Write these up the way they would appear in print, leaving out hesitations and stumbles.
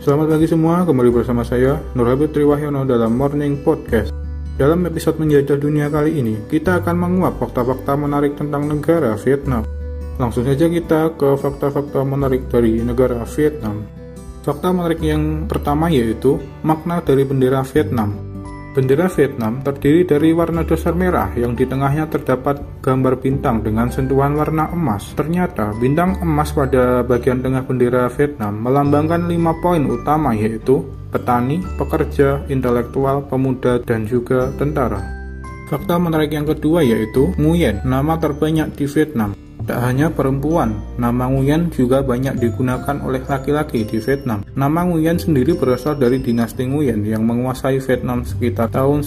Selamat pagi semua, kembali bersama saya Nur Habib Triwahyono dalam Morning Podcast. Dalam episode Menjajah Dunia kali ini, kita akan menguak fakta-fakta menarik tentang negara Vietnam. Langsung saja kita ke fakta-fakta menarik dari negara Vietnam. Fakta menarik yang pertama yaitu makna dari bendera Vietnam. Bendera Vietnam terdiri dari warna dasar merah yang di tengahnya terdapat gambar bintang dengan sentuhan warna emas. Ternyata bintang emas pada bagian tengah bendera Vietnam melambangkan 5 poin utama yaitu petani, pekerja, intelektual, pemuda, dan juga tentara. Fakta menarik yang kedua yaitu Nguyen, nama terbanyak di Vietnam. Tak hanya perempuan, nama Nguyen juga banyak digunakan oleh laki-laki di Vietnam. Nama Nguyen sendiri berasal dari dinasti Nguyen yang menguasai Vietnam sekitar tahun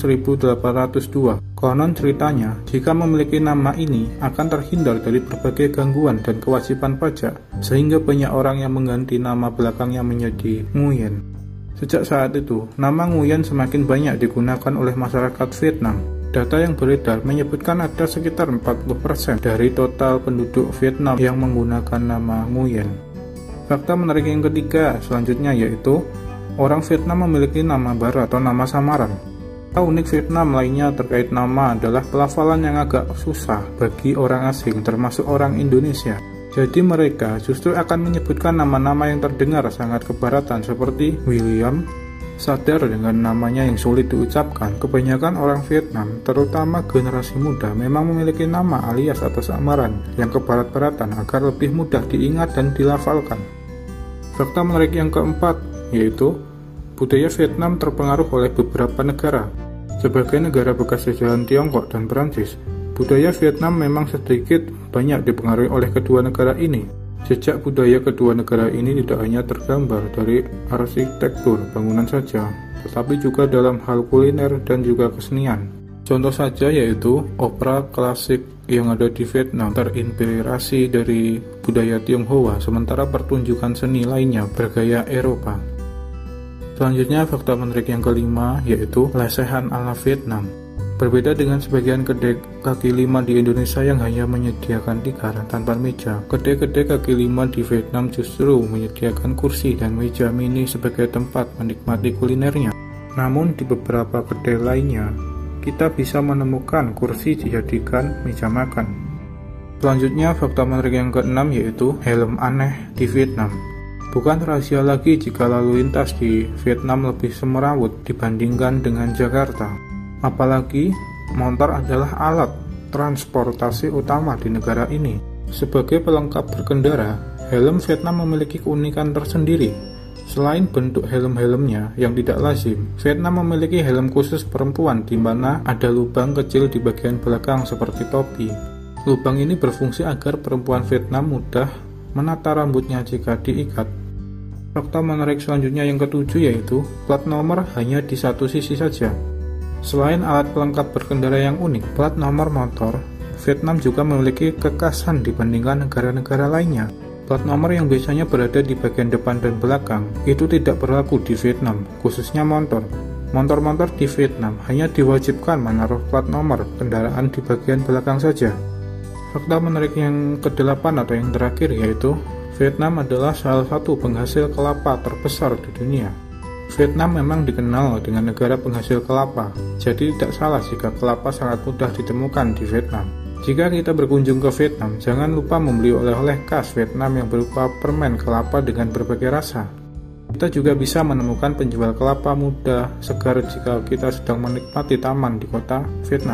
1802. Konon ceritanya, jika memiliki nama ini akan terhindar dari berbagai gangguan dan kewajiban pajak, sehingga banyak orang yang mengganti nama belakangnya menjadi Nguyen. Sejak saat itu, nama Nguyen semakin banyak digunakan oleh masyarakat Vietnam. Data yang beredar menyebutkan ada sekitar 40% dari total penduduk Vietnam yang menggunakan nama Nguyen. Fakta menarik yang ketiga selanjutnya yaitu orang Vietnam memiliki nama baru atau nama samaran. Unik Vietnam lainnya terkait nama adalah pelafalan yang agak susah bagi orang asing termasuk orang Indonesia. Jadi mereka justru akan menyebutkan nama-nama yang terdengar sangat kebaratan seperti William. Sadar dengan namanya yang sulit diucapkan, kebanyakan orang Vietnam, terutama generasi muda, memang memiliki nama alias atau samaran yang kebarat-baratan agar lebih mudah diingat dan dilafalkan. Fakta menarik yang keempat, yaitu budaya Vietnam terpengaruh oleh beberapa negara. Sebagai negara bekas jajahan Tiongkok dan Perancis, budaya Vietnam memang sedikit banyak dipengaruhi oleh kedua negara ini. Jejak budaya kedua negara ini tidak hanya tergambar dari arsitektur bangunan saja, tetapi juga dalam hal kuliner dan juga kesenian. Contoh saja yaitu opera klasik yang ada di Vietnam terinspirasi dari budaya Tionghoa, sementara pertunjukan seni lainnya bergaya Eropa. Selanjutnya fakta menarik yang kelima yaitu lesehan ala Vietnam. Berbeda dengan sebagian kedai kaki lima di Indonesia yang hanya menyediakan tikar tanpa meja, kedai-kedai kaki lima di Vietnam justru menyediakan kursi dan meja mini sebagai tempat menikmati kulinernya. Namun di beberapa kedai lainnya, kita bisa menemukan kursi dijadikan meja makan. Selanjutnya fakta menarik yang keenam yaitu helm aneh di Vietnam. Bukan rahasia lagi jika lalu lintas di Vietnam lebih semerawut dibandingkan dengan Jakarta. Apalagi, motor adalah alat transportasi utama di negara ini. Sebagai pelengkap berkendara, helm Vietnam memiliki keunikan tersendiri. Selain bentuk helm-helmnya yang tidak lazim, Vietnam memiliki helm khusus perempuan di mana ada lubang kecil di bagian belakang seperti topi. Lubang ini berfungsi agar perempuan Vietnam mudah menata rambutnya jika diikat. Fakta menarik selanjutnya yang ketujuh yaitu plat nomor hanya di satu sisi saja. Selain alat pelengkap berkendara yang unik, plat nomor motor Vietnam juga memiliki kekhasan dibandingkan negara-negara lainnya. Plat nomor yang biasanya berada di bagian depan dan belakang itu tidak berlaku di Vietnam, khususnya motor. Motor-motor di Vietnam hanya diwajibkan menaruh plat nomor kendaraan di bagian belakang saja. Fakta menarik yang kedelapan atau yang terakhir yaitu Vietnam adalah salah satu penghasil kelapa terbesar di dunia. Vietnam memang dikenal dengan negara penghasil kelapa, jadi tidak salah jika kelapa sangat mudah ditemukan di Vietnam. Jika kita berkunjung ke Vietnam, jangan lupa membeli oleh-oleh khas Vietnam yang berupa permen kelapa dengan berbagai rasa. Kita juga bisa menemukan penjual kelapa muda segar jika kita sedang menikmati taman di kota Vietnam.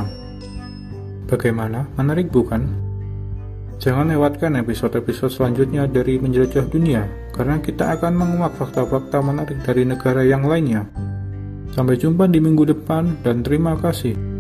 Bagaimana? Menarik bukan? Jangan lewatkan episode-episode selanjutnya dari Menjelajah Dunia, karena kita akan menguak fakta-fakta menarik dari negara yang lainnya. Sampai jumpa di minggu depan, dan terima kasih.